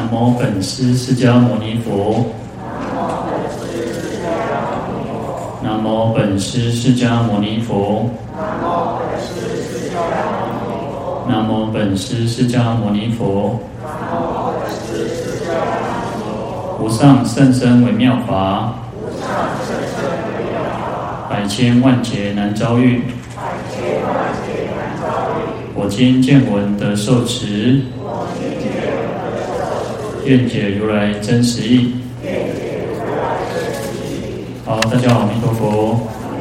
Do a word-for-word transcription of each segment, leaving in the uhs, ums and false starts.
南无本师释迦牟尼佛。南无本师释迦牟尼佛。南无本师释迦牟尼佛。无上甚深微妙法，百千万劫难遭遇。我今见闻得受持，愿解如来真实义。好，大家好，阿弥陀佛。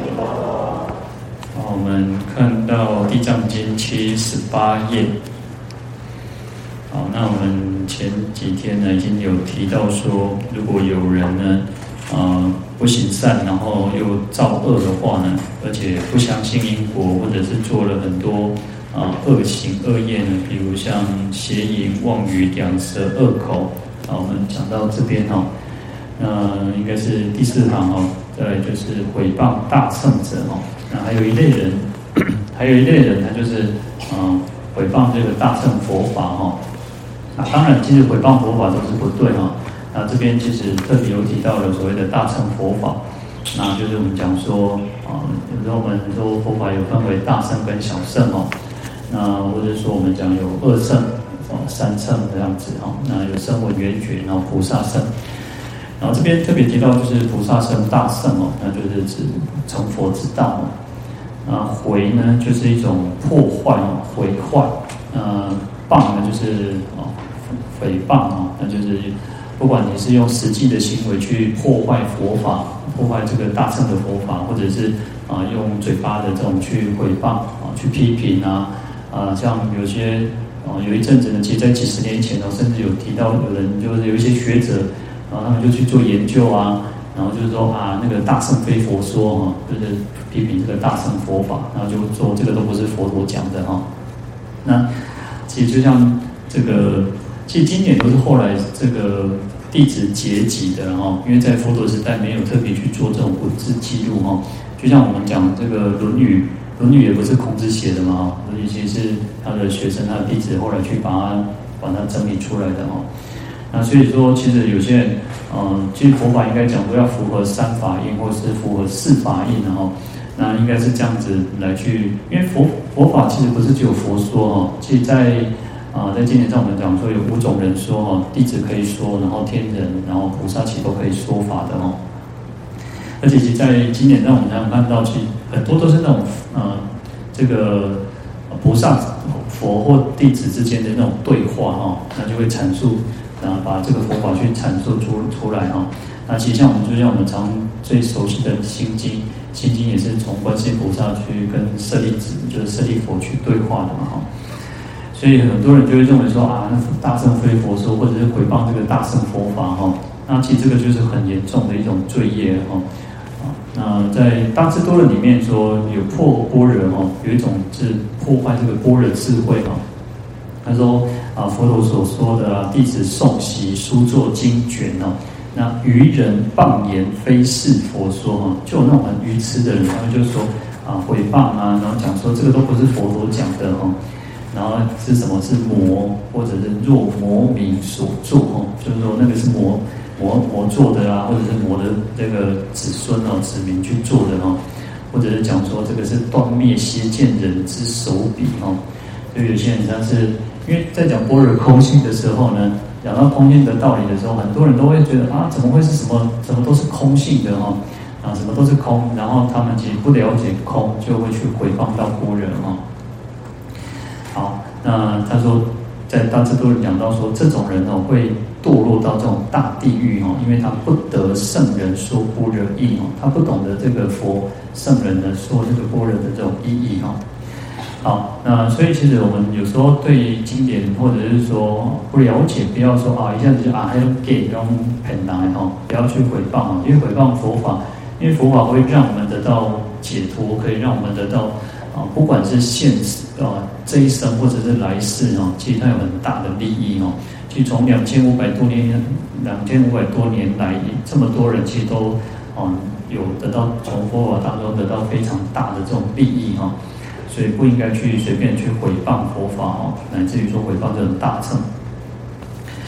好，我们看到《地藏经》七十八页。好，那我们前几天呢已经有提到说，如果有人呢，呃，不行善，然后又造恶的话呢，而且不相信因果，或者是做了很多啊、呃、恶行恶业呢，比如像邪淫、妄语、两舌、恶口。好，我们讲到这边哈，那应该是第四行哈，再来就是毁谤大乘者哈。那还有一类人，还有一类人，他就是啊毁谤这个大乘佛法哈。那当然，其实毁谤佛法都是不对哈。那这边其实特别有提到了所谓的大乘佛法，那就是我们讲说啊，有时候我们说佛法有分为大乘跟小乘哦。那或者说我们讲有二乘、哦三乘这样子哈。那有声闻缘觉，然后菩萨乘。然后这边特别提到就是菩萨乘大乘哦，那就是指成佛之道哦。那毁呢就是一种破坏哦，毁坏。呃，谤呢就是哦诽谤哦，那就是不管你是用实际的行为去破坏佛法，破坏这个大乘的佛法，或者是啊、呃、用嘴巴的这种去诽谤啊、去批评啊。啊，像有些哦，有一阵子呢，其实在几十年前哦，甚至有提到有人就是有一些学者，然后他们就去做研究啊，然后就是说啊，那个大乘非佛说哈，就是批评这个大乘佛法，然后就说这个都不是佛陀讲的哈。那其实就像这个，其实经典都是后来这个弟子结集的哈，因为在佛陀时代没有特别去做这种文字记录哈，就像我们讲这个《论语》。《论语》也不是孔子写的嘛，《论语》其实是他的学生、他的弟子后来去把它把它整理出来的哦。那所以说，其实有些人，嗯，其实佛法应该讲说要符合三法印，或是符合四法印的哈。那应该是这样子来去，因为佛佛法其实不是只有佛说哈，其实在啊、呃、在经典上我们讲说有五种人说哈，弟子可以说，然后天人，然后菩萨其实都可以说法的哦。而且其实在经典上我们常常看到，其实很多都是那种呃这个菩萨佛或弟子之间的那种对话哈、哦，那就会阐述，啊把这个佛法去阐述出出来哈、哦。那其实像我们就像我们常最熟悉的心经，心经也是从观世音菩萨去跟舍利子，就是舍利佛去对话的嘛哈、哦。所以很多人就会认为说啊，那大乘非佛说，或者是诽谤这个大乘佛法哈、哦，那其实这个就是很严重的一种罪业哈。哦那在《大智度论》里面说有破般若哦，有一种是破坏这个般若智慧哦。他说啊，佛陀所说的啊，弟子诵习书作经卷哦，那愚人谤言非是佛说哦，就有那种很愚痴的人，他们就说啊诽谤啊，然后讲说这个都不是佛陀讲的哦，然后是什么是魔或者是若魔民所作哦，就是说那个是魔。魔魔做的啊，或者是魔的这个子孙哦、子民去做的哦，或者是讲说这个是断灭邪见人之手笔哦。所以有些人他是因为在讲般若空性的时候呢，讲到空性的道理的时候，很多人都会觉得啊，怎么会是什么，什么都是空性的哦，啊，什么都是空，然后他们其实不了解空，就会去诽谤到般若哦。好，那他说在大智度论讲到说，这种人哦会堕落到这种大地狱哦，因为他不得圣人说般若义哦，他不懂得这个佛圣人的说这个般若的这种意义哦。好，那所以其实我们有时候对经典或者是说不了解，不要说啊一下子就啊还有给用很难哦，不要去诽谤哦，因为诽谤佛法，因为佛法会让我们得到解脱，可以让我们得到啊不管是现实啊这一生或者是来世哦，其实它有很大的利益哦。其实从两千五百多年，两千五百多年来，这么多人其实都，嗯，有得到从佛法当中得到非常大的这种利益哈、哦，所以不应该去随便去诽谤佛法哦，乃至于说诽谤这种大乘。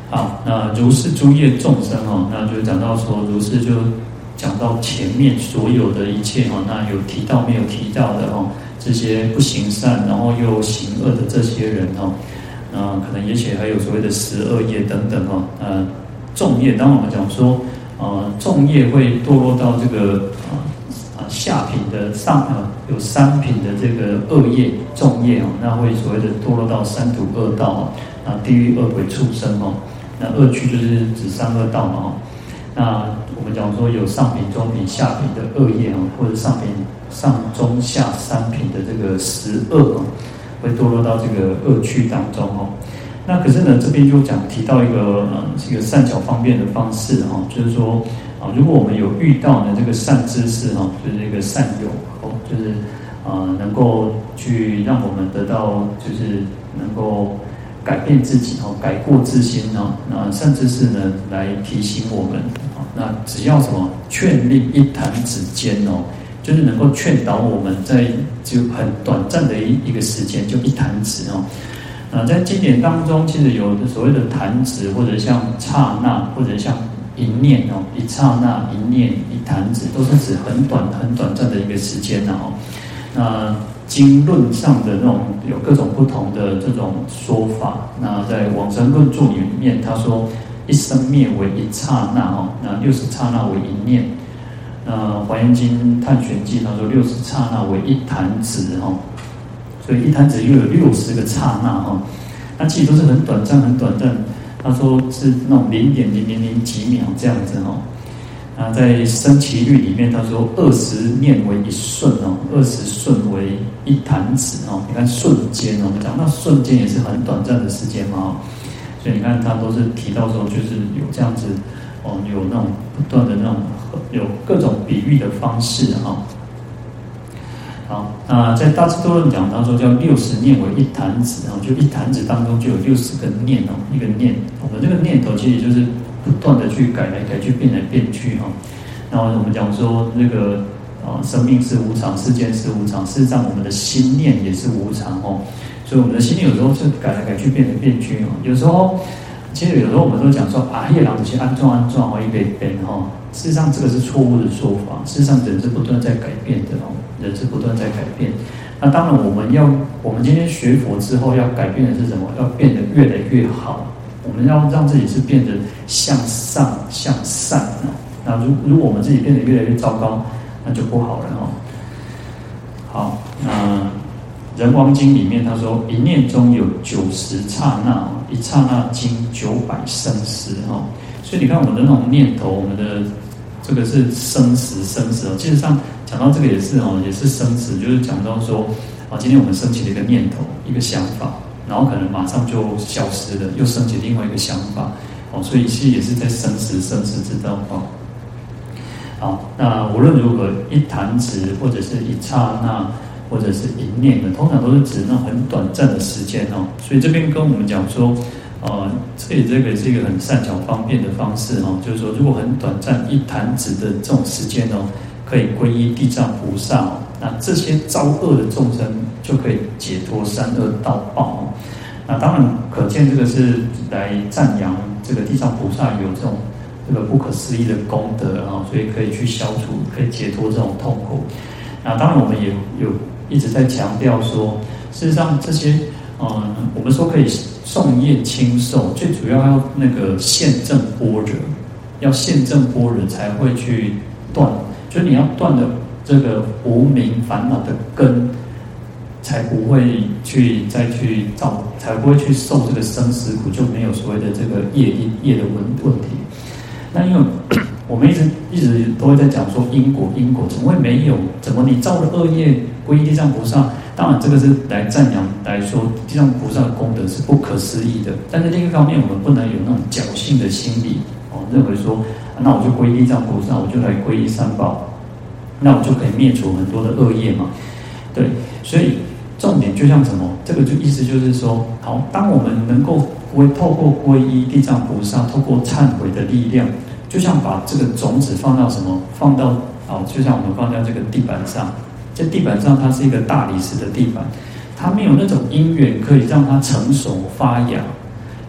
好，那如是诸业众生哦，那就讲到说，如是就讲到前面所有的一切哦，那有提到没有提到的哦，这些不行善然后又行恶的这些人哦，那可能也许还有所谓的十恶业等等哦，呃，众业，当我们讲说，呃，众业会堕落到这个啊啊下品的上啊，有三品的这个恶业众业哦，那会所谓的堕落到三途恶道哦，啊，地狱恶鬼畜生哦。那恶趣就是指三恶道嘛哈，那我们讲说有上品、中品、下品的恶业啊，或者上品、上中下三品的这个十恶啊，会堕落到这个恶趣当中哦。那可是呢，这边就讲提到一个呃，这个善巧方便的方式哈，就是说啊，如果我们有遇到呢这个善知识哈，就是一个善友哦，就是啊能够去让我们得到就是能够改变自己哦，改过自新哦，那善知识呢来提醒我们哦，那只要什么劝令一弹指间哦，就是能够劝导我们在就很短暂的一一个时间就一弹指哦。那在经典当中，其实有所谓的弹指，或者像刹那，或者像一念哦，一刹那、一念、一弹指，都是指很短、很短暂的一个时间呐哦。那经论上的那种有各种不同的这种说法。那在《往生论注》里面，他说一生灭为一刹那哦，那六十刹那为一念。那《华严经探玄记》他说六十刹那为一弹指哦，所以一弹指又有六十个刹那哦，那其实都是很短暂、很短暂。他说是那种零点零零零几秒这样子哦。那在生起律里面，他说二十念为一瞬哦，二十瞬为一弹指哦。你看瞬间哦，我们讲那瞬间也是很短暂的时间嘛，所以你看他都是提到说，就是有这样子哦，有那种不断的那种有各种比喻的方式哈。好，那在大智度论讲，他说叫六十念为一弹指哦，就一弹指当中就有六十个念哦，一个念，我们这个念头其实就是不断的去改来改去，变来变去哈。那我们讲说这个啊，生命是无常，世间是无常，事实上我们的心念也是无常哦。所以我们的心念有时候是改来改去，变来变去哦。有时候，其实有时候我们都讲说啊，夜郎有些安装安装哦，一边边哈。事实上这个是错误的说法。事实上人是不断在改变的哦，人是不断在改变。那当然我们要，我们今天学佛之后要改变的是什么？要变得越来越好。我们要让自己是变得向上向善哦。那如如果我们自己变得越来越糟糕，那就不好了哦。好，那人王经里面他说，一念中有九十刹那，一刹那经九百生死哦。所以你看我们的那种念头，我们的这个是生死生死哦。事实上讲到这个也是哦，也是生死，就是讲到说啊，今天我们升起了一个念头，一个想法。然后可能马上就消失了，又升起另外一个想法，哦，所以其实也是在生死生死之道哦。好，那无论如何，一弹指或者是一刹那，或者是一念的，通常都是指那种很短暂的时间哦。所以这边跟我们讲说，呃，这里这个是一个很善巧方便的方式哦，就是说如果很短暂一弹指的这种时间哦，可以皈依地藏菩萨哦，那这些造恶的众生就可以解脱三恶道报哦。那当然可见这个是来赞扬这个地藏菩萨有这种这个不可思议的功德啊，所以可以去消除，可以解脱这种痛苦。那当然我们也有一直在强调说，事实上这些嗯，我们说可以诵业清受，最主要要那个现证般若，要现证般若才会去断，就是你要断的这个无明烦恼的根。才不会去再去造，才不会去受这个生死苦，就没有所谓的这个业业的问问题。那因为我们一直一直都会在讲说因果因果，怎么会没有？怎么你造了恶业皈依地藏菩萨？当然这个是来赞扬来说地藏菩萨的功德是不可思议的。但是另一方面，我们不能有那种侥幸的心理哦，认为说那我就皈依地藏菩萨，我就来皈依三宝，那我就可以灭除很多的恶业嘛。对，所以。重点就像什么？这个就意思就是说，好，当我们能够会透过皈依地藏菩萨，透过忏悔的力量，就像把这个种子放到什么？放到好，就像我们放在这个地板上，这地板上它是一个大理石的地板，它没有那种因缘可以让它成熟发芽，所以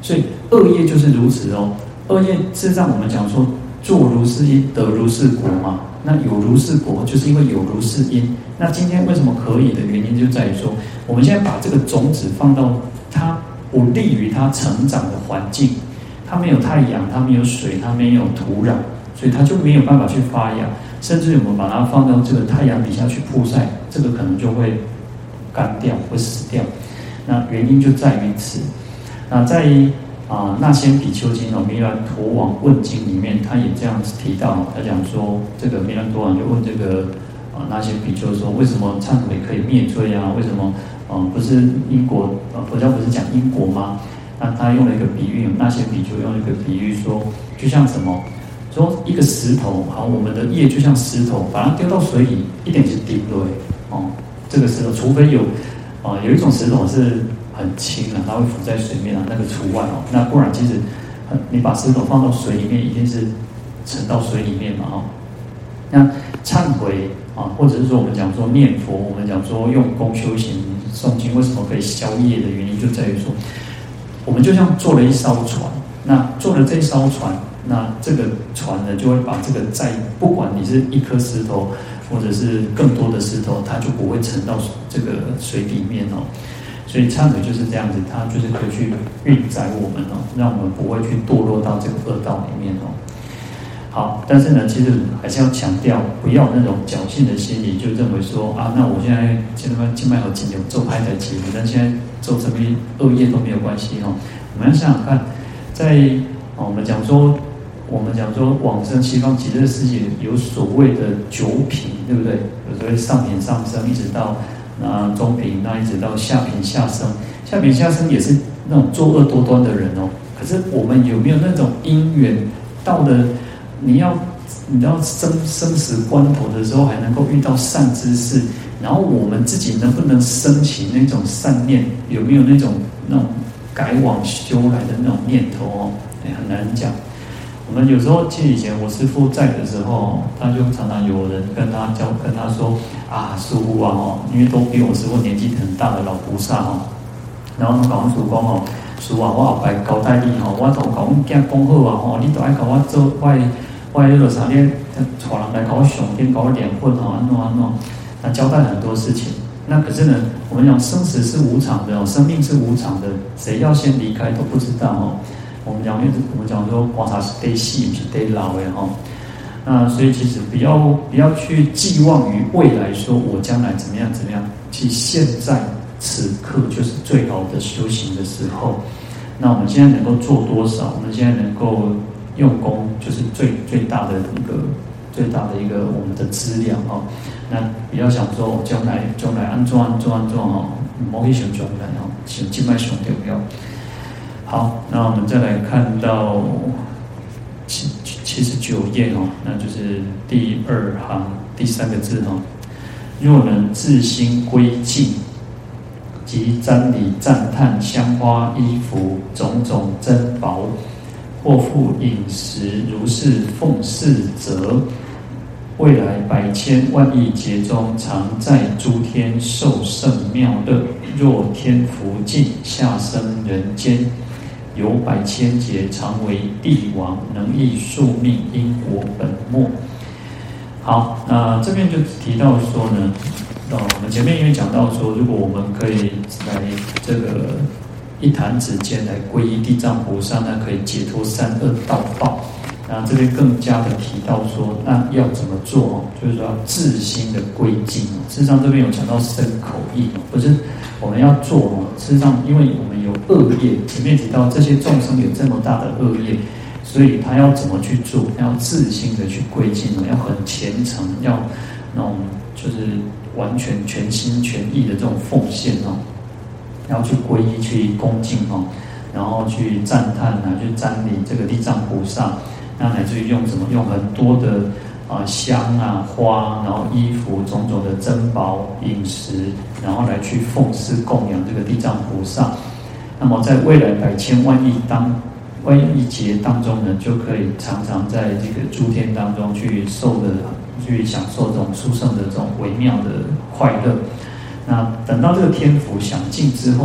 恶业就是如此哦。恶业事实上我们讲说，做如是因得如是果嘛。那有如是果，就是因为有如是因。那今天为什么可以的原因，就在于说，我们现在把这个种子放到它不利于它成长的环境，它没有太阳，它没有水，它没有土壤，所以它就没有办法去发芽。甚至我们把它放到这个太阳底下去曝晒，这个可能就会干掉，会死掉。那原因就在于此。那在啊，那仙比丘经哦，弥兰陀王问经里面，他也这样子提到，他讲说，这个弥兰陀王就问这个啊那仙比丘说，为什么忏悔可以灭罪啊？为什么啊不是因果？啊佛教不是讲因果吗？那他用了一个比喻，那仙比丘用了一个比喻说，就像什么？说一个石头，好，我们的业就像石头，把它丢到水里，一点就顶落哦。这个石头，除非有啊有一种石头是很轻啊，它会浮在水面啊，那个除外哦。那不然其实，你把石头放到水里面，一定是沉到水里面嘛哦。那忏悔啊，或者是说我们讲说念佛，我们讲说用功修行诵经，为什么可以消业的原因，就在于说，我们就像坐了一艘船，那坐了这一艘船，那这个船呢，就会把这个载，不管你是一颗石头，或者是更多的石头，它就不会沉到这个水里面哦。所以忏悔就是这样子，它就是可以去运载我们哦，让我们不会去堕落到这个恶道里面哦。好，但是呢，其实还是要强调，不要那种侥幸的心理，就认为说啊，那我现在现在静脉好紧，有做拍的节目，但现在做什么恶业都没有关系哦。我们要想想看，在哦，我们讲说，我们讲说往生西方极乐世界有所谓的九品，对不对？有所谓上品上生，一直到那中品，那一直到下品下生。下品下生也是那种作恶多端的人哦。可是我们有没有那种因缘到了你要你要生生死关头的时候，还能够遇到善知识？然后我们自己能不能升起那种善念？有没有那种那种改往修来的那种念头哦？哎，很难讲。我们有时候记得以前我师父在的时候，他就常常有人跟他教跟他说啊，师父啊哦，因为都比我师父年纪很大的老菩萨哦，然后他讲师父讲哦，师父啊，我后摆交代你吼，我都甲阮囝讲好啊吼，你都爱甲我做我我迄个啥咧，带人来甲我上天甲我连婚吼，安怎安怎，那交代很多事情。那可是呢，我们讲生死是无常的哦，生命是无常的，谁要先离开都不知道哦。我们讲，我们讲说，观察是得细，不是得老的哈。那所以其实不要不要去寄望于未来，说我将来怎么样怎么样。其实现在此刻就是最好的修行的时候。那我们现在能够做多少？我们现在能够用功，就是最最大的一个最大的一个我们的资粮哈。那不要想说，我将来将来安怎安怎安怎哈，唔好去想将来哈，想尽卖想重要。好，那我们再来看到七七十九页哦，那就是第二行第三个字哈。若能自心归净，即瞻礼赞叹香花衣服种种珍宝，或复饮食如是奉事者，未来百千万亿劫中，常在诸天受胜妙乐。若天福尽，下生人间，有百千劫，常为帝王，能益宿命，因果本末。好，那这边就提到说呢，呃，我们前面因为讲到说，如果我们可以来这个一弹指间来皈依地藏菩萨，那可以解脱三恶道报。那这边更加的提到说，那要怎么做哦？就是说要自心的归净哦。事实上这边有讲到身口意哦，不是我们要做哦。事实上，因为我们有恶业，前面提到这些众生有这么大的恶业，所以他要怎么去做？要自心的去归净哦，要很虔诚，要那种就是完全全心全意的这种奉献哦，要去皈依、去恭敬哦，然后去赞叹啊，去瞻礼这个地藏菩萨。那乃至于用什么？用很多的啊、呃、香啊、花，然后衣服、种种的珍宝、饮食，然后来去奉事供养这个地藏菩萨。那么在未来百千万亿当万亿劫当中呢，就可以常常在这个诸天当中去受的、去享受这种殊胜的这种微妙的快乐。那等到这个天福享尽之后呢，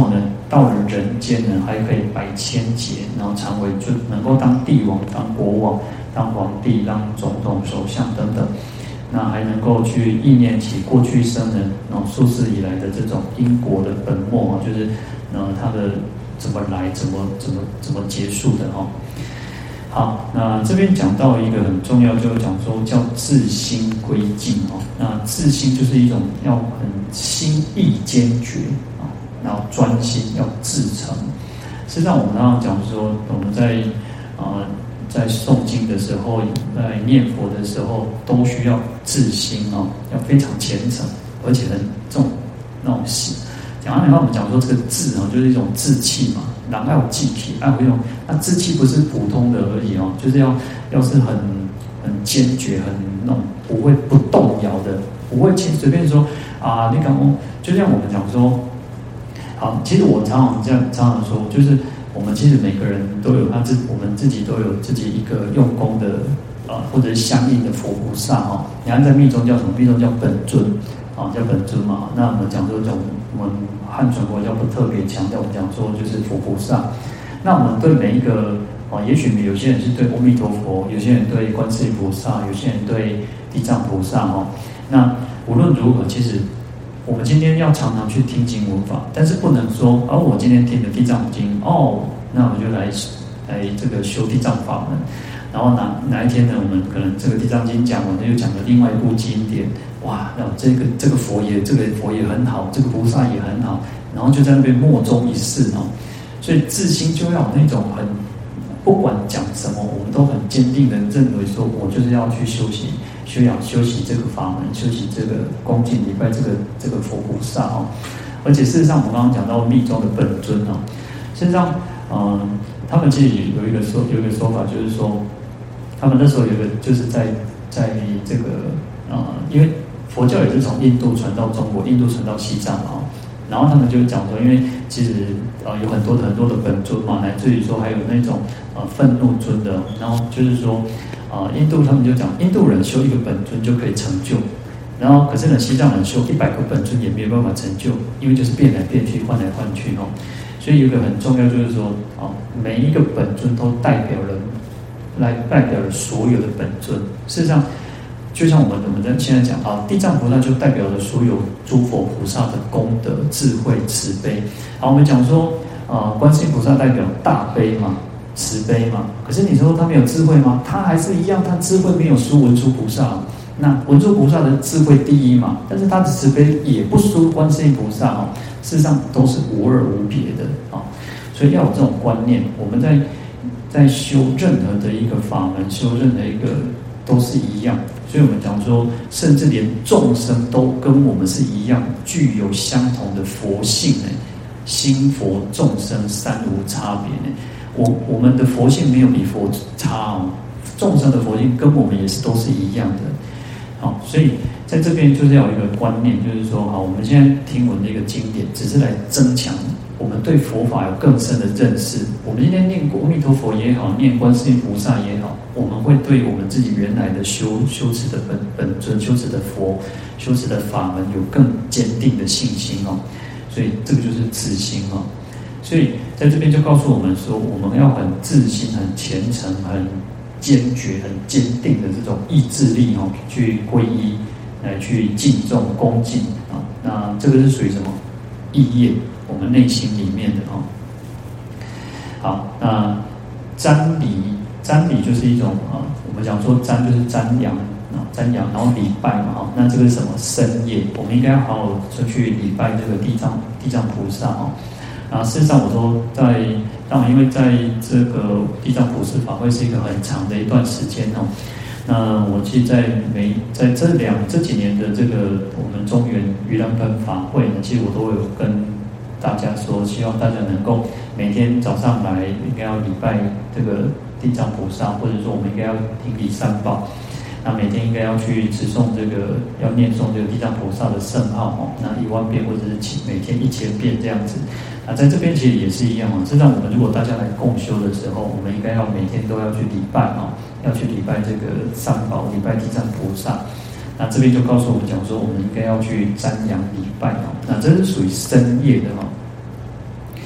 到了人间呢，还可以百千劫，然后常为尊，能够当帝王、当国王、当皇帝、当总统、首相等等。那还能够去意念起过去生人，然后数世以来的这种因果的本末啊，就是呃它的怎么来，怎么怎么怎么结束的哈。好，那这边讲到一个很重要，就是讲说叫自心归净哦。那自心就是一种要很心意坚决啊，然后专心要至诚。实际上我们刚刚讲说，我们在呃。在诵经的时候，在念佛的时候，都需要自心哦，要非常虔诚，而且很重那种喜。讲完以后，我们讲说这个志哦，就是一种志气嘛，然后要有志气，要有一种那志气不是普通的而已哦，就是要要是很很坚决，很那种不会不动摇的，不会轻随便说啊，你讲就像我们讲说，好，其实我常常这样常常说，就是。我们其实每个人都有他自，我们自己都有自己一个用功的，呃，或者是相应的佛菩萨哦。你看在密宗叫什么？密宗叫本尊，啊，叫本尊嘛。那我们讲说这种，我们汉传佛教不特别强调，我们讲说就是佛菩萨。那我们对每一个，啊，也许有些人是对阿弥陀佛，有些人对观世音菩萨，有些人对地藏菩萨哦。那无论如何，其实。我们今天要常常去听经闻法，但是不能说，哦，我今天听了地藏经，哦，那我就来来这个修地藏法门。然后哪哪一天呢，我们可能这个地藏经讲完，又讲了另外一部经典，哇，那这个这个佛也这个佛也很好，这个菩萨也很好，然后就在那边默中一世哦。所以自心就要有那种很，不管讲什么，我们都很坚定的认为说，我就是要去修行。修养修习这个法门，修习这个恭敬礼拜这个这个佛菩萨哦，而且事实上，我们刚刚讲到密宗的本尊哦，事实上，嗯，他们其实有一个说有一个说法，就是说，他们那时候有一个就是在在这个呃，因为佛教也是从印度传到中国，印度传到西藏嘛，然后他们就讲说，因为其实呃有很多很多的本尊嘛，乃至于说还有那种呃愤怒尊的，然后就是说。啊，印度他们就讲，印度人修一个本尊就可以成就，然后可是呢，西藏人修一百个本尊也没有办法成就，因为就是变来变去，换来换去哦。所以有一个很重要就是说，啊，每一个本尊都代表了，来代表了所有的本尊。事实上，就像我们我们在现在讲啊，地藏菩萨就代表了所有诸佛菩萨的功德、智慧、慈悲。好，我们讲说，啊，观世音菩萨代表大悲嘛。慈悲嘛，可是你说他没有智慧吗？他还是一样，他智慧没有输文殊菩萨。那文殊菩萨的智慧第一嘛，但是他的慈悲也不输观世音菩萨哦。事实上都是无二无别的啊，所以要有这种观念。我们在在修任何的一个法门，修任何一个都是一样。所以我们讲说，甚至连众生都跟我们是一样，具有相同的佛性呢。心佛众生三无差别呢。我我们的佛性没有比佛差哦，众生的佛性跟我们也是都是一样的，好，所以在这边就是要有一个观念，就是说，好，我们现在听闻的一个经典，只是来增强我们对佛法有更深的认识。我们今天念阿弥陀佛也好，念观世音菩萨也好，我们会对我们自己原来的修修持的本本尊、修持的佛、修持的法门有更坚定的信心哦。所以这个就是自心哦。所以在这边就告诉我们说，我们要很自心、很虔诚、很坚决、很坚定的这种意志力哦，去皈依，来去敬重、恭敬啊。那这个是属于什么？意业，我们内心里面的哦。好，那瞻礼，瞻礼就是一种啊，我们讲说瞻就是瞻仰啊，瞻仰，然后礼拜嘛，哦，那这个是什么？身业，我们应该要好好的去礼拜这个地藏地藏菩萨哦。啊，事实上我说在，当然因为在这个地藏普施法会是一个很长的一段时间哦。那我其实在每在这两这几年的这个我们中原盂兰盆法会呢，其实我都有跟大家说，希望大家能够每天早上来应该要礼拜这个地藏菩萨，或者说我们应该要听礼三宝。那每天应该要去持诵这个，要念诵这个地藏菩萨的圣号哦，那一万遍或者是每天一千遍这样子。啊，在这边其实也是一样哦。实际上，我们如果大家来共修的时候，我们应该要每天都要去礼拜哦，要去礼拜这个三宝，礼拜地藏菩萨。那这边就告诉我们讲说，我们应该要去瞻仰礼拜哦。那这是属于身业的哦。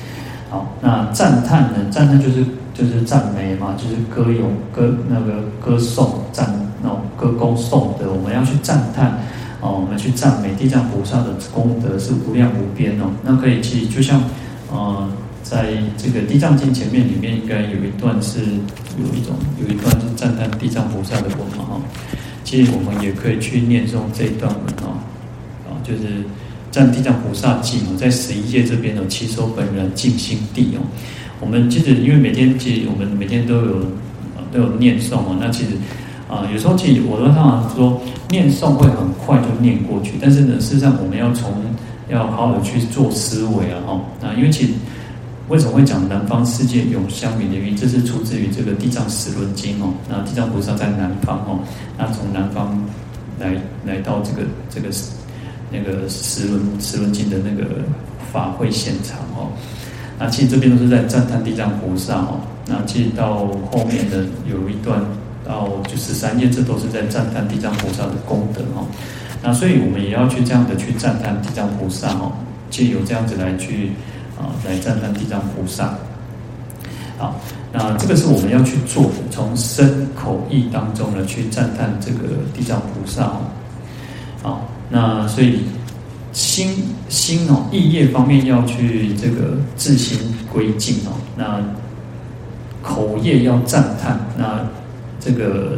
好，那赞叹呢？赞叹就是就是赞美嘛，就是歌咏歌那个歌颂赞那种歌功颂德，我们要去赞叹哦，我们去赞美地藏菩萨的功德是无量无边哦。那可以去就像呃，在这个《地藏经》前面里面应该有一段是有一种有一段是赞叹地藏菩萨的文嘛哈。其实我们也可以去念诵这一段文哦，啊就是。赞地藏菩萨记哦，在十一页这边哦，其手本人净心地哦。我们其实因为每天其实我们每天都有都有念诵哦，那其实啊、呃、有时候其实我都常常说念诵会很快就念过去，但是呢，事实上我们要从要好好的去做思维啊哈。那因为其实为什么会讲南方世界永相明的原因，这是出自于这个地藏十轮经哦。那地藏菩萨在南方哦，那从南方来来到这个这个。那个十轮十轮经的那个法会现场哦，那其实这边都是在赞叹地藏菩萨哦。那其实到后面的有一段到就十三页，这都是在赞叹地藏菩萨的功德哦。那所以我们也要去这样的去赞叹地藏菩萨哦，借由这样子来去啊来赞叹地藏菩萨。好，那这个是我们要去做的，从身口意当中呢去赞叹这个地藏菩萨哦。好。那所以心心哦，意业方面要去这个自心归净哦。那口业要赞叹，那这个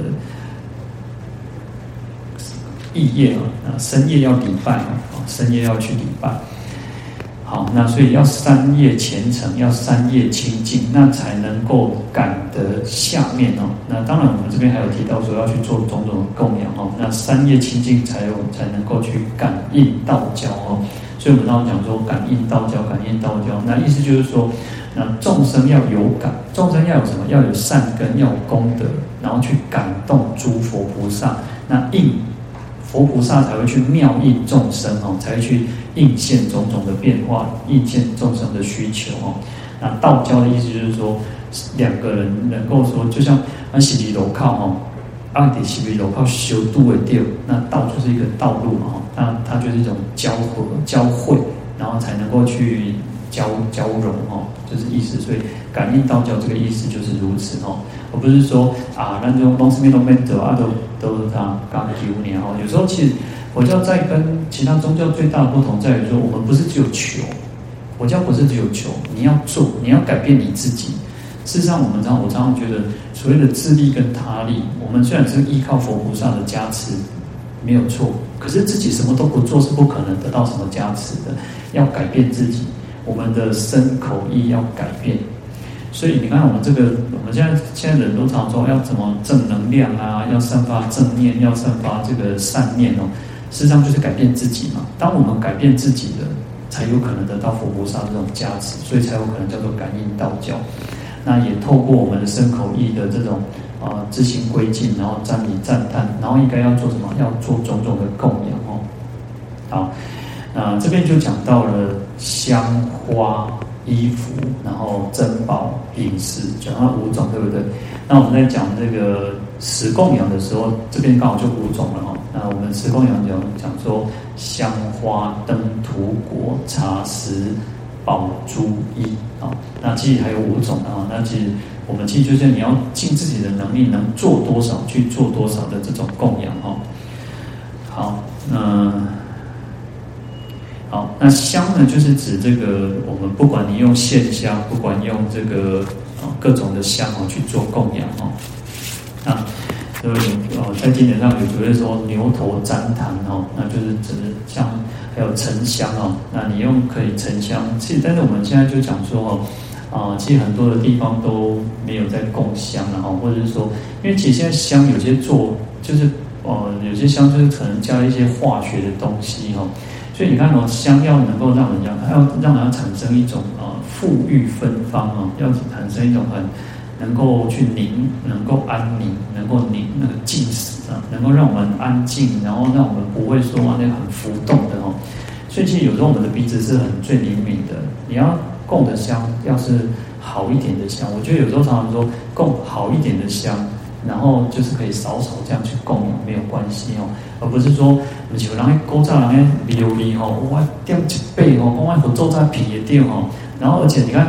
意业啊，那身业要礼拜啊，身业要去礼拜。好，那所以要三业虔诚，要三业清净，那才能够感得下面哦。那当然，我们这边还有提到说要去做种种的供养哦。那三业清净才有才能够去感应道交哦。所以我们常常讲说感应道交，感应道交。那意思就是说，那众生要有感，众生要有什么？要有善根，要有功德，然后去感动诸佛菩萨。那应佛菩萨才会去妙应众生哦，才会去应现种种的变化，应现众生的需求哦。那道交的意思就是说，两个人能够说，就像按洗涤楼靠哦，按底洗涤楼靠修度为掉，那道就是一个道路嘛哦，那它就是一种交合、交汇，然后才能够去交交融哦，就是意思。所以感应道交这个意思就是如此哦，而不是说啊，那这种东西面都没得啊，都都是他刚九年哦。有时候其实佛教在跟其他宗教最大的不同在于说，我们不是只有求，佛教不是只有求，你要做，你要改变你自己。事实上，我们常我常常觉得，所谓的自利跟他利，我们虽然是依靠佛菩萨的加持，没有错，可是自己什么都不做是不可能得到什么加持的。要改变自己，我们的身口意要改变。所以你看，我们这个，我们现在现在人都常说要怎么正能量啊，要散发正念，要散发这个善念哦。事实上就是改变自己嘛。当我们改变自己的，才有可能得到佛菩萨这种加持，所以才有可能叫做感应道交。那也透过我们的身口意的这种啊、呃、自行归尽，然后瞻礼赞叹，然后应该要做什么？要做种种的供养哦。好，那这边就讲到了香花、衣服，然后珍宝、饮食，讲到五种，对不对？那我们在讲这个十供养的时候，这边刚好就五种了哈。那我们十供养讲讲说香花、灯、土果、茶食、宝珠衣啊。那其实还有五种啊。那其实我们其实就是你要尽自己的能力，能做多少去做多少的这种供养哈。好，那。好，那香呢，就是指这个我们不管你用线香，不管用这个啊各种的香哦去做供养哦。那呃哦，在经典上有主要说牛头旃檀哦，那就是指香，还有沉香哦。那你用可以沉香，其实但是我们现在就讲说哦，啊，其实很多的地方都没有在供香了哦，或者是说，因为其实现在香有些做就是呃有些香就是可能加了一些化学的东西哦。所以你看哦，香要能够让人家，要让人家产生一种呃富裕芬芳哦，要产生一种很能够去宁，能够安宁，能够宁那个静死啊，能够让我们安静，然后让我们不会说啊那很浮动的哦。所以其实有时候我们的鼻子是很最灵敏的，你要供的香要是好一点的香，我觉得有时候常常说供好一点的香。然后就是可以少少这样去供养，没有关系哦，而不是说，不是有人去古早人去庙里吼，我点一倍吼，讲我佛祖在皮的掉吼，然后而且你看，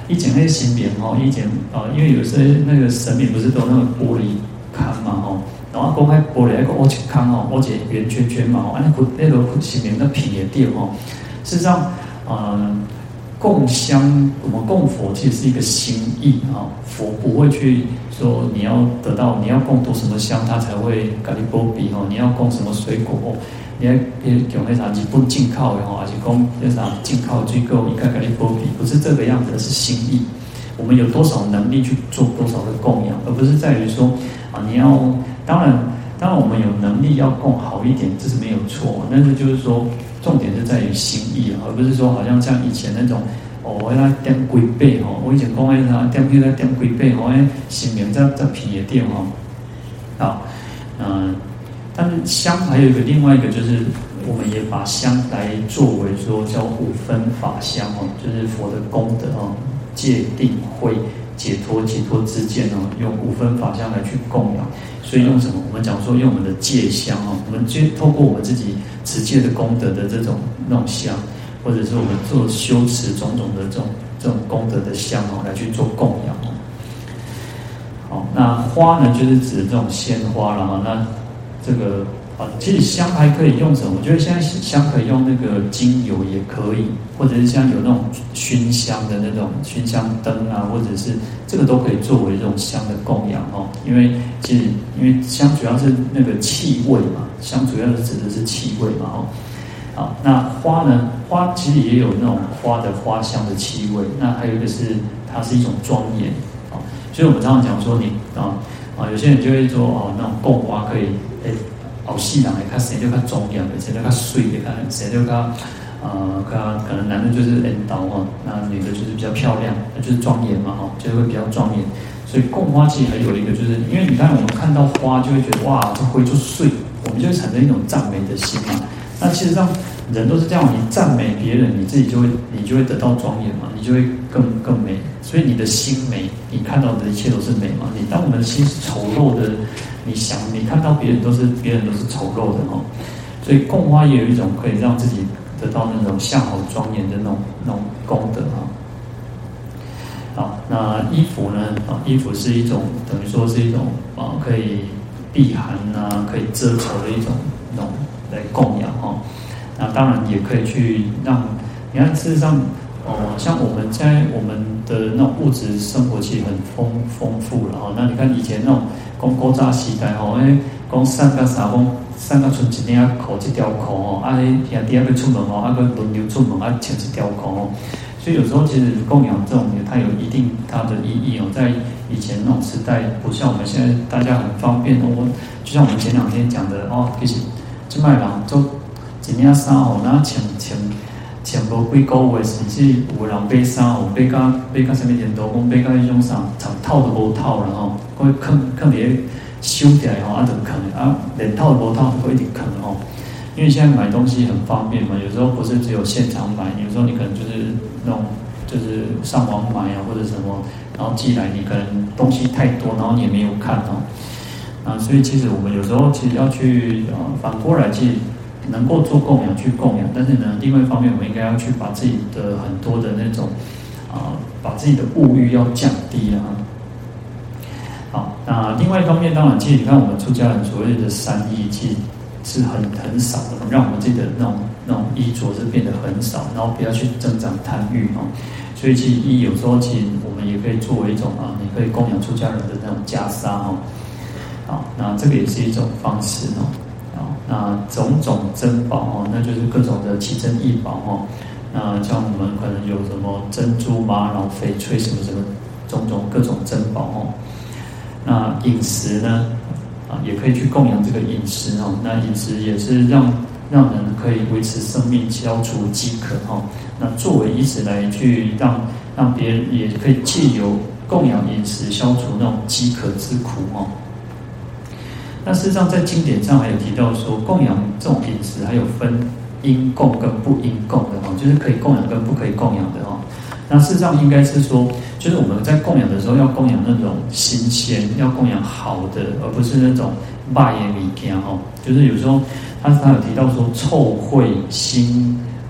以前那些神明哦，以前啊，因为有些那个神明不是都那个玻璃龛嘛哦，然后公开玻璃那个挖一龛哦，挖一圆圈圈嘛哦，啊那个那个神明那品也掉哦。事实上，呃，供香我们供佛其实是一个心意啊，佛不会去说你要得到你要供多什么香，他才会给你保庇哦，你要供什么水果哦。你要用那啥日本进口的吼，还是讲那啥进口机构应该给你保庇，不是这个样子，是心意。我们有多少能力去做多少的供养，而不是在于说啊，你要当然当然我们有能力要供好一点，这是没有错。但是就是说，重点是在于心意啊，而不是说好像像以前那种哦，我要点几倍吼，我以前讲那啥点去来点几倍吼，哎，神明在在便宜点吼，好，嗯。但是香还有一个另外一个就是，我们也把香来作为说叫五分法香哦，就是佛的功德哦，戒定慧解脱解脱之见哦，用五分法香来去供养。所以用什么？我们讲说用我们的戒香哦，我们戒透过我们自己持戒的功德的这种那种香，或者是我们做修持种种的这种这种功德的香哦，来去做供养哦。好，那花呢，就是指这种鲜花了哈，那。这个啊，其实香还可以用什么？我觉得现在香可以用那个精油也可以，或者是像有那种熏香的那种熏香灯啊，或者是这个都可以作为这种香的供养哦。因为其实因为香主要是那个气味嘛，香主要是指的是气味嘛哦。好，那花呢？花其实也有那种花的花香的气味。那还有一个是它是一种庄严啊，所以我们常常讲说你啊啊，有些人就会说哦，那种供花可以。诶，后世人会较生得较庄严的，生得较水的，看生得较呃，较可能男的就是缘投哦，那女的就是比较漂亮，那就是庄严嘛哦，就会比较庄严。所以供花其实还有一个，就是因为你看我们看到花就会觉得哇，这灰就碎，我们就会产生一种赞美的心嘛。那其实上人都是这样，你赞美别人，你自己就会你就会得到庄严嘛，你就会更更美。所以你的心美，你看到的一切都是美嘛。你当我们的心是丑陋的。你想，你看到别人都是别人都是丑陋的哦，所以供花也有一种可以让自己得到那种相好庄严的那种那种功德啊。好，那衣服呢？啊，衣服是一种等于说是一种啊可以避寒啊，可以遮丑的一种那种来供养哦。那当然也可以去让，你看事实上。哦，像我们现在我们的那种物质生活其实很丰丰富了哈。那你看以前那种讲古早时代吼，诶，讲三个三讲三个穿一领裤一条裤哦，啊，兄弟要出门哦，啊个轮流出门啊，穿一条裤哦。所以有时候其实供养这种它有一定它的意义哦。在以前那种时代，不像我们现在大家很方便哦。就像我们前两天讲的哦，其实这卖人做一领衫哦，然后穿穿。穿无几个月，甚至有人买衫哦，买到买到什么程度？讲买到迄种衫，连套都无套了吼，佫囥囥伫收起来吼，啊就囥啊，连套都无套，佫一直囥吼。因为现在买东西很方便嘛，有时候不是只有现场买，有时候你可能就是那种就是上网买啊，或者什么，然后寄来，你可能东西太多，然后你也没有看哦。啊，所以其实我们有时候其实要去啊，反过来去。能够做供养去供养，但是呢，另外一方面我们应该要去把自己的很多的那种啊、呃，把自己的物欲要降低啊。好，那另外一方面，当然，其实你看我们出家人所谓的三衣，其实是很很少的，让我们自己的那种那种衣着是变得很少，然后不要去增长贪欲哦。所以其实衣有时候其实我们也可以作为一种啊，你可以供养出家人的那种袈裟哦。好，那这个也是一种方式哦。那种种珍宝哦，那就是各种的奇珍异宝哦。那像我们可能有什么珍珠、玛瑙、翡翠什么什么种种各种珍宝哦。那饮食呢啊，也可以去供养这个饮食哦。那饮食也是让让人可以维持生命、消除饥渴哦。那作为以此来去让让别人也可以借由供养饮食消除那种饥渴之苦哦。那事实上，在经典上还有提到说，供养这种饮食还有分应供跟不应供的哈，就是可以供养跟不可以供养的哈。那事实上应该是说，就是我们在供养的时候要供养那种新鲜，要供养好的，而不是那种骂也米件哈。就是有时候他他有提到说，臭秽腥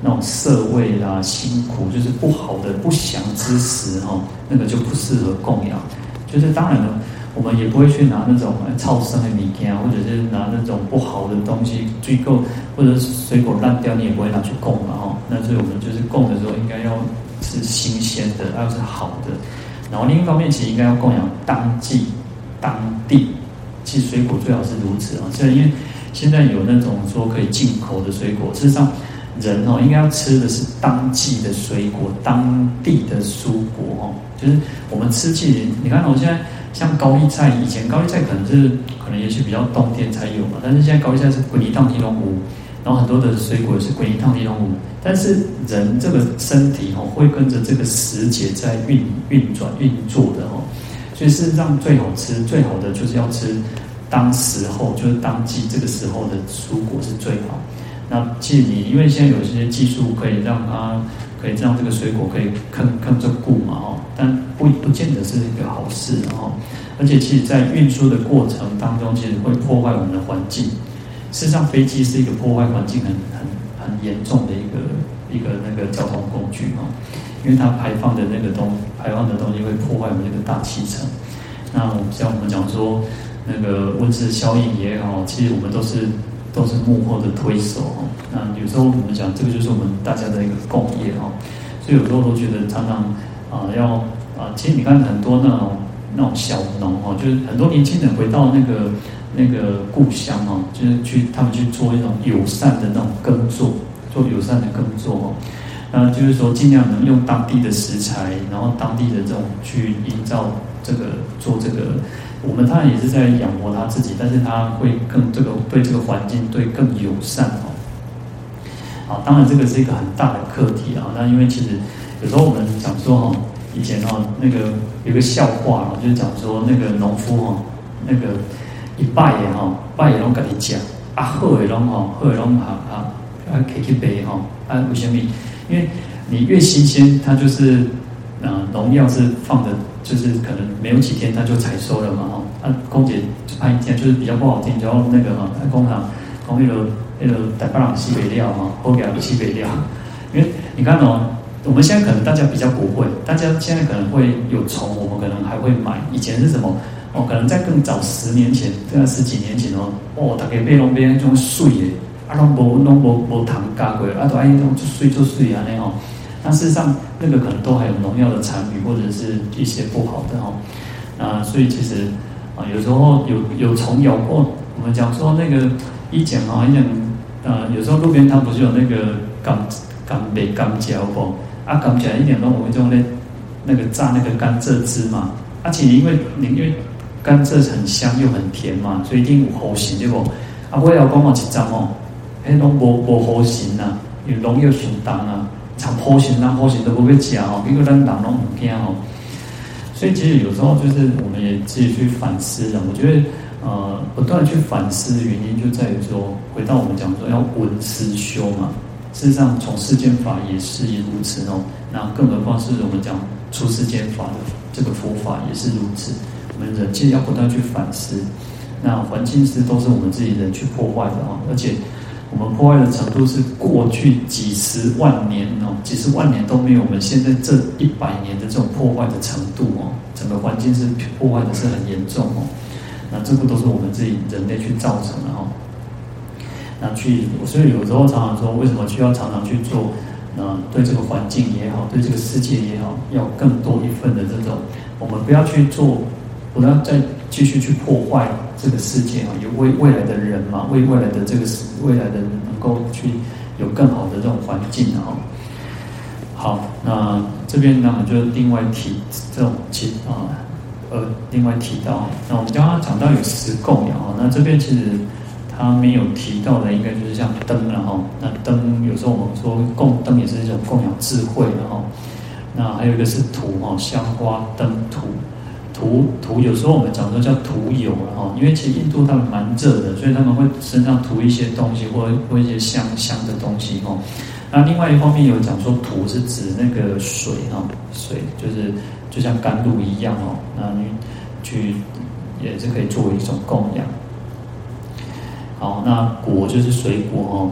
那种涩味啦、辛苦，就是不好的不祥之食哈，那个就不适合供养。就是当然了，我们也不会去拿那种臭生的米件，或者是拿那种不好的东西追购，或者是水果烂掉，你也不会拿去供嘛哈。那所以我们就是供的时候，应该要是新鲜的，要是好的。然后另一方面，其实应该要供养当季、当地。其实水果最好是如此啊，所以因为现在有那种说可以进口的水果，事实上人哦应该要吃的是当季的水果、当地的蔬果哦。就是我们吃起，你看我现在像高丽菜，以前高丽菜可能是可能也许比较冬天才有嘛，但是现在高丽菜是滚一趟提龙湖，然后很多的水果也是滚一趟提龙湖，但是人这个身体哦会跟着这个时节在运运转运作的哦。所以事实上最好吃、最好的就是要吃当时候，就是当季这个时候的蔬果是最好。那其实你因为现在有一些技术可以让它可以让这个水果可以坑坑着固嘛哦，但不不见得是一个好事哦。而且其实在运输的过程当中，其实会破坏我们的环境。事实上，飞机是一个破坏环境很很很严重的一个一个那个交通工具哦。因为它排放的那个东排放的东西会破坏我们这个大气层。那我们像我们讲说那个温室效应也好，其实我们都是都是幕后的推手哦。那有时候我们讲这个就是我们大家的一个共业哦。所以有时候都觉得常常啊、呃、要啊、呃，其实你看很多那种那种小农哦，就是很多年轻人回到那个那个故乡哦，就是去他们去做一种友善的那种耕作，做友善的耕作哦。那就是说，尽量能用当地的食材，然后当地的这种去营造这个做这个，我们当然也是在养活他自己，但是他会更这个对这个环境对更友善哦。好，当然这个是一个很大的课题啊。那因为其实有时候我们讲说哈，以前哦那个有个笑话哦，就是讲说那个农夫哦，那个一拜的哈，拜也拢跟你讲，啊好的拢吼，好的拢啊啊啊可以去卖吼，啊为什么？因为你越新鲜，它就是呃农药是放的，就是可能没有几天它就采收了嘛哈。啊，公姐就拍一天就是比较不好听，然后那个哈，工厂工那个那个台北人西北料哈，后给西北料。因为你看哦，我们现在可能大家比较不会，大家现在可能会有虫，我们可能还会买。以前是什么？哦，可能在更早十年前，这样十几年前哦，哦，大家买拢买那种水的。啊，拢无拢无无糖加过，啊，都哎种就水就水啊那吼。那事实上，那个可能都还有农药的残余，或者是一些不好的吼。啊，所以其实啊，有时候有有虫咬过，我们讲说那个一讲啊，一讲呃，有时候路边摊不是有那个甘甘梅甘蔗不？啊，甘蔗一点都我们用那那个榨那个甘蔗汁嘛。而且因为你因为甘蔗很香又很甜嘛，所以一定有好型对不？啊，我要讲我一张哦。迄拢无无好型呐，因为农药上重啊，像好型人好型都不要食哦，因为咱人拢唔惊哦。所以其实有时候就是我们也自己去反思啊。我觉得呃，不断去反思的原因就在于说，回到我们讲说要闻思修嘛。事实上，从世间法也是如此哦。那更何况是我们讲出世间法的这个佛法也是如此。我们人其实要不断去反思。那环境是都是我们自己人去破坏的哦，而且。我们破坏的程度是过去几十万年哦，几十万年都没有我们现在这一百年的这种破坏的程度哦，整个环境是破坏的是很严重哦。那这个都是我们自己人类去造成的哦。那去，所以有时候常常说，为什么需要常常去做？呃，对这个环境也好，对这个世界也好，要更多一份的这种，我们不要去做，不要再继续去破坏。这个世界啊，有未未来的人嘛，为未来的这个未来的人能够去有更好的这种环境啊。好，那这边呢就另外提这种提啊呃另外提到，那我们刚刚讲到有十供养啊，那这边其实他没有提到的，应该就是像灯了哈。那灯有时候我们说供灯也是一种供养智慧的哈。那还有一个是土哈，香花灯土。涂涂有时候我们讲说叫涂油了哈，因为其实印度他们蛮热的，所以他们会身上涂一些东西，或或一些香香的东西哈。那另外一方面有讲说土是指那个水哈，水就是就像甘露一样哦，那你去也是可以作为一种供养。好，那果就是水果哦，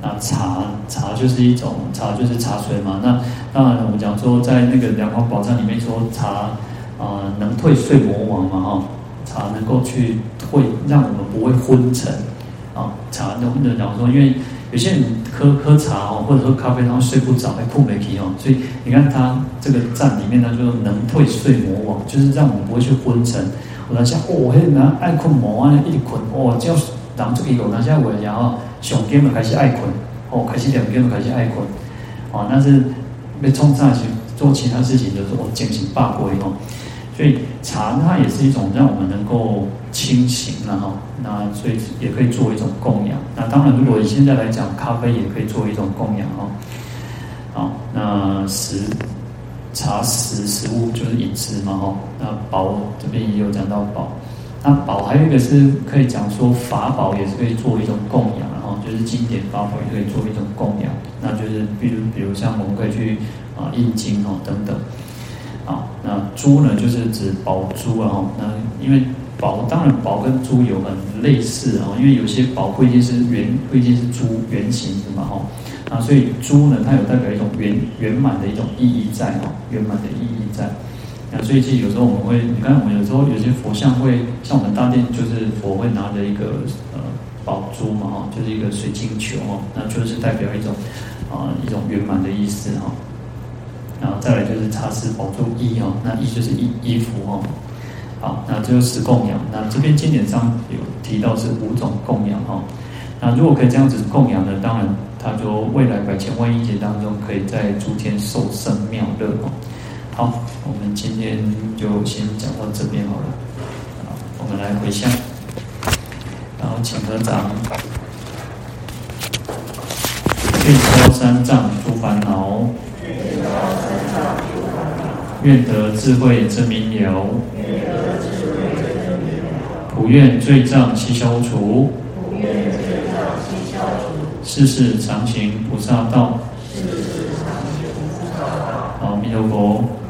那茶茶就是一种茶就是茶水嘛。那当然我们讲说在那个《梁皇宝忏》里面说茶啊、呃、能退睡魔王嘛哈，茶能够去退让我们不会昏沉啊。茶能能讲说，因为有些人喝喝茶哦，或者喝咖啡，他会睡不着，会困没起哦。所以你看他这个赞里面呢，就能退睡魔王，就是让我们不会去昏沉。我在想，哦，迄人爱困魔啊，一直困，哦，只要人出去有那些话，然后上根就开始爱困，哦，开始两根就开始爱困，哦，那是被冲上去做其他事情，就是我精神罢归哦。所以茶它也是一种让我们能够清醒了哈，那所以也可以作为一种供养。那当然，如果现在来讲，咖啡也可以作为一种供养哈。好，那食茶食食物就是饮食嘛哈。那宝这边也有讲到宝，那宝还有一个是可以讲说法宝也是可以作为一种供养，然后就是经典法宝也可以作为一种供养。那就是比如比如像我们可以去啊印经哦等等。好，那珠呢，就是指宝珠啊哈。那因为宝，当然宝跟珠有很类似啊，因为有些宝不一定是圆，不一定是珠圆形的嘛哈。啊，所以珠呢，它有代表一种圆圆满的一种意义在哈，圆满的意义在。那所以其实有时候我们会，你看我们有时候有些佛像会，像我们大殿就是佛会拿着一个呃宝珠嘛哈，就是一个水晶球哈，那就是代表一种啊、呃、一种圆满的意思哈。然后再来就是茶食宝珠衣哈，那衣就是衣衣服哈。好，那这就是供养。那这边经典上有提到是五种供养哈。那如果可以这样子供养呢，当然他就未来百千万亿劫当中，可以在诸天受胜妙乐哈。好，我们今天就先讲到这边好了。好，我们来回向，然后请合掌，愿消三障诸烦恼。愿得智慧真明了，普愿罪障悉消除，世世常行菩萨道。好，弥陀佛。